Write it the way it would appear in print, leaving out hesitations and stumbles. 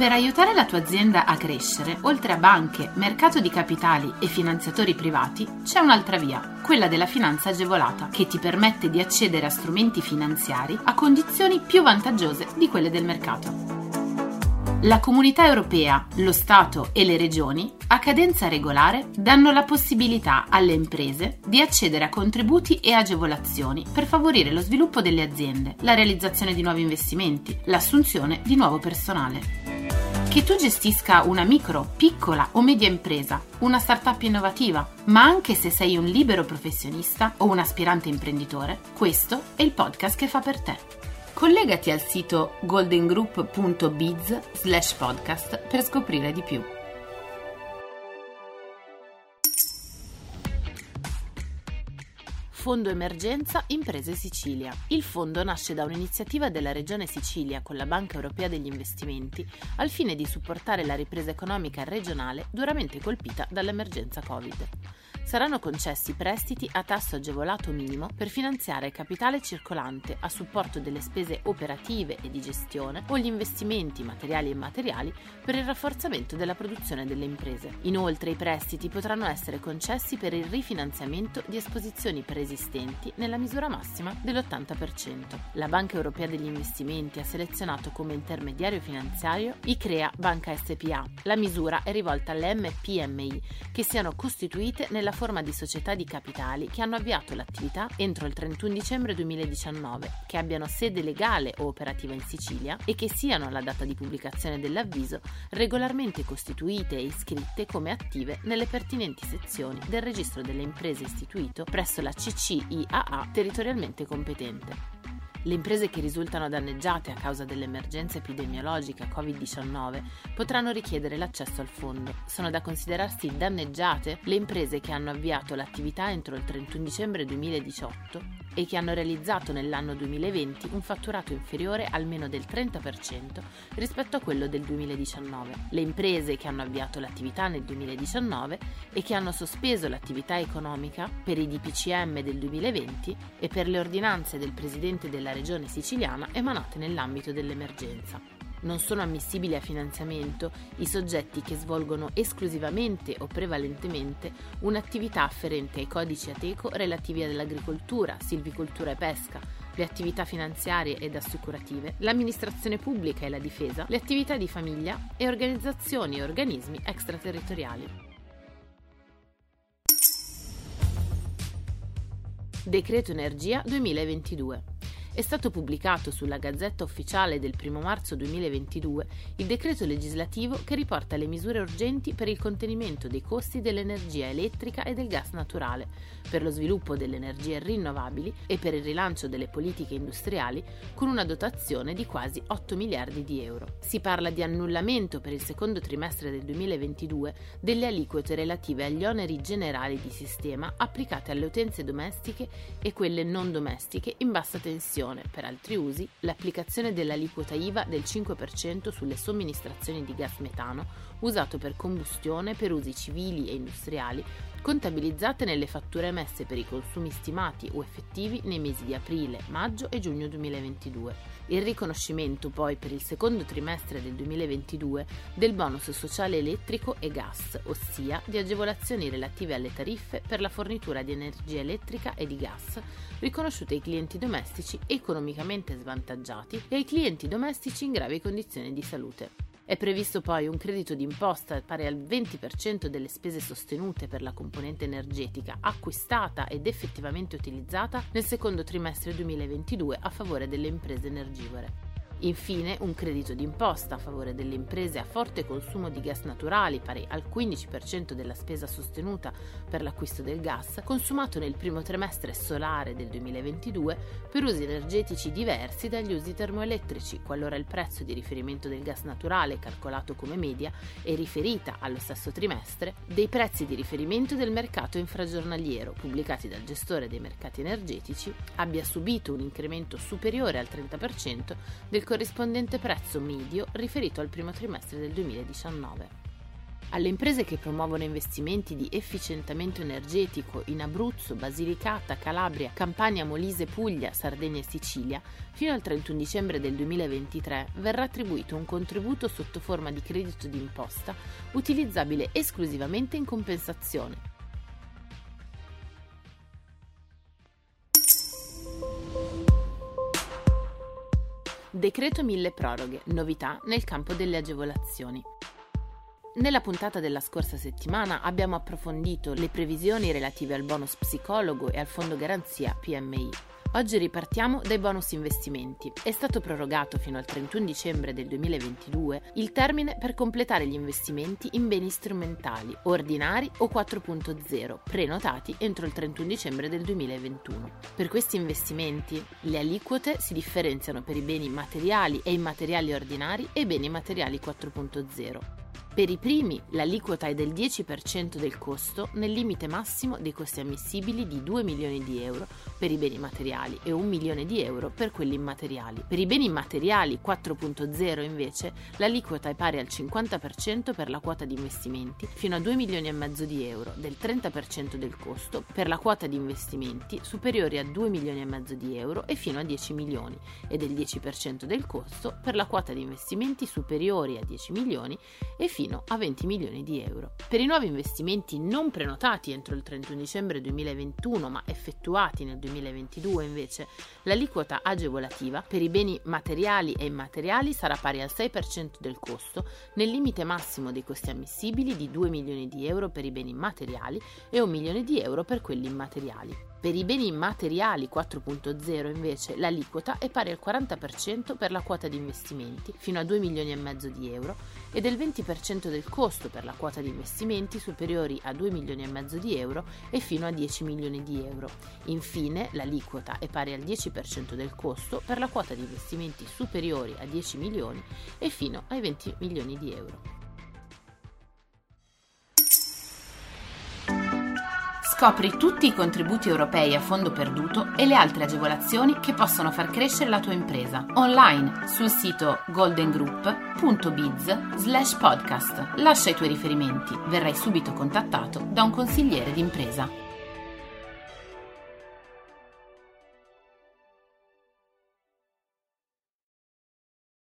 Per aiutare la tua azienda a crescere, oltre a banche, mercato di capitali e finanziatori privati, c'è un'altra via, quella della finanza agevolata, che ti permette di accedere a strumenti finanziari a condizioni più vantaggiose di quelle del mercato. La Comunità Europea, lo Stato e le Regioni, a cadenza regolare, danno la possibilità alle imprese di accedere a contributi e agevolazioni per favorire lo sviluppo delle aziende, la realizzazione di nuovi investimenti, l'assunzione di nuovo personale. Che tu gestisca una micro, piccola o media impresa, una startup innovativa, ma anche se sei un libero professionista o un aspirante imprenditore, questo è il podcast che fa per te. Collegati al sito goldengroup.biz/podcast per scoprire di più. Fondo Emergenza Imprese Sicilia. Il fondo nasce da un'iniziativa della Regione Sicilia con la Banca Europea degli Investimenti al fine di supportare la ripresa economica regionale duramente colpita dall'emergenza Covid. Saranno concessi prestiti a tasso agevolato minimo per finanziare capitale circolante a supporto delle spese operative e di gestione o gli investimenti materiali e immateriali per il rafforzamento della produzione delle imprese. Inoltre i prestiti potranno essere concessi per il rifinanziamento di esposizioni preesistenti nella misura massima dell'80%. La Banca Europea degli Investimenti ha selezionato come intermediario finanziario Icrea Banca SpA. La misura è rivolta alle MPMI che siano costituite nella forma di società di capitali che hanno avviato l'attività entro il 31 dicembre 2019, che abbiano sede legale o operativa in Sicilia e che siano, alla data di pubblicazione dell'avviso, regolarmente costituite e iscritte come attive nelle pertinenti sezioni del registro delle imprese istituito presso la CCIAA territorialmente competente. Le imprese che risultano danneggiate a causa dell'emergenza epidemiologica Covid-19 potranno richiedere l'accesso al fondo. Sono da considerarsi danneggiate le imprese che hanno avviato l'attività entro il 31 dicembre 2018 e che hanno realizzato nell'anno 2020 un fatturato inferiore almeno del 30% rispetto a quello del 2019. Le imprese che hanno avviato l'attività nel 2019 e che hanno sospeso l'attività economica per i DPCM del 2020 e per le ordinanze del Presidente della Regione siciliana emanate nell'ambito dell'emergenza. Non sono ammissibili a finanziamento i soggetti che svolgono esclusivamente o prevalentemente un'attività afferente ai codici Ateco relativi all'agricoltura, silvicoltura e pesca, le attività finanziarie ed assicurative, l'amministrazione pubblica e la difesa, le attività di famiglia e organizzazioni e organismi extraterritoriali. Decreto Energia 2022. È stato pubblicato sulla Gazzetta Ufficiale del 1 marzo 2022 il decreto legislativo che riporta le misure urgenti per il contenimento dei costi dell'energia elettrica e del gas naturale, per lo sviluppo delle energie rinnovabili e per il rilancio delle politiche industriali con una dotazione di quasi 8 miliardi di euro. Si parla di annullamento per il secondo trimestre del 2022 delle aliquote relative agli oneri generali di sistema applicate alle utenze domestiche e quelle non domestiche in bassa tensione. Per altri usi, l'applicazione dell'aliquota IVA del 5% sulle somministrazioni di gas metano usato per combustione per usi civili e industriali, contabilizzate nelle fatture emesse per i consumi stimati o effettivi nei mesi di aprile, maggio e giugno 2022. Il riconoscimento poi per il secondo trimestre del 2022 del bonus sociale elettrico e gas, ossia di agevolazioni relative alle tariffe per la fornitura di energia elettrica e di gas, riconosciute ai clienti domestici economicamente svantaggiati e ai clienti domestici in gravi condizioni di salute. È previsto poi un credito d'imposta pari al 20% delle spese sostenute per la componente energetica acquistata ed effettivamente utilizzata nel secondo trimestre 2022 a favore delle imprese energivore. Infine, un credito d'imposta a favore delle imprese a forte consumo di gas naturali pari al 15% della spesa sostenuta per l'acquisto del gas consumato nel primo trimestre solare del 2022 per usi energetici diversi dagli usi termoelettrici, qualora il prezzo di riferimento del gas naturale calcolato come media e riferita allo stesso trimestre dei prezzi di riferimento del mercato infragiornaliero pubblicati dal gestore dei mercati energetici abbia subito un incremento superiore al 30% del corrispondente prezzo medio riferito al primo trimestre del 2019. Alle imprese che promuovono investimenti di efficientamento energetico in Abruzzo, Basilicata, Calabria, Campania, Molise, Puglia, Sardegna e Sicilia, fino al 31 dicembre del 2023 verrà attribuito un contributo sotto forma di credito d'imposta utilizzabile esclusivamente in compensazione. Decreto Mille Proroghe, novità nel campo delle agevolazioni. Nella puntata della scorsa settimana abbiamo approfondito le previsioni relative al bonus psicologo e al fondo garanzia PMI. Oggi ripartiamo dai bonus investimenti. È stato prorogato fino al 31 dicembre del 2022 il termine per completare gli investimenti in beni strumentali, ordinari o 4.0, prenotati entro il 31 dicembre del 2021. Per questi investimenti le aliquote si differenziano per i beni materiali e immateriali ordinari e i beni materiali 4.0. Per i primi l'aliquota è del 10% del costo nel limite massimo dei costi ammissibili di 2 milioni di euro per i beni materiali e 1 milione di euro per quelli immateriali. Per i beni immateriali 4.0 invece l'aliquota è pari al 50% per la quota di investimenti fino a 2 milioni e mezzo di euro, del 30% del costo per la quota di investimenti superiori a 2 milioni e mezzo di euro e fino a 10 milioni e del 10% del costo per la quota di investimenti superiori a 10 milioni e fino a 20 milioni di euro. Per i nuovi investimenti non prenotati entro il 31 dicembre 2021 ma effettuati nel 2022 invece l'aliquota agevolativa per i beni materiali e immateriali sarà pari al 6% del costo nel limite massimo dei costi ammissibili di 2 milioni di euro per i beni materiali e 1 milione di euro per quelli immateriali. Per i beni immateriali 4.0 invece l'aliquota è pari al 40% per la quota di investimenti fino a 2 milioni e mezzo di euro e del 20% del costo per la quota di investimenti superiori a 2 milioni e mezzo di euro e fino a 10 milioni di euro. Infine l'aliquota è pari al 10% del costo per la quota di investimenti superiori a 10 milioni e fino ai 20 milioni di euro. Scopri tutti i contributi europei a fondo perduto e le altre agevolazioni che possono far crescere la tua impresa online sul sito goldengroup.biz/podcast. Lascia i tuoi riferimenti, verrai subito contattato da un consigliere d'impresa.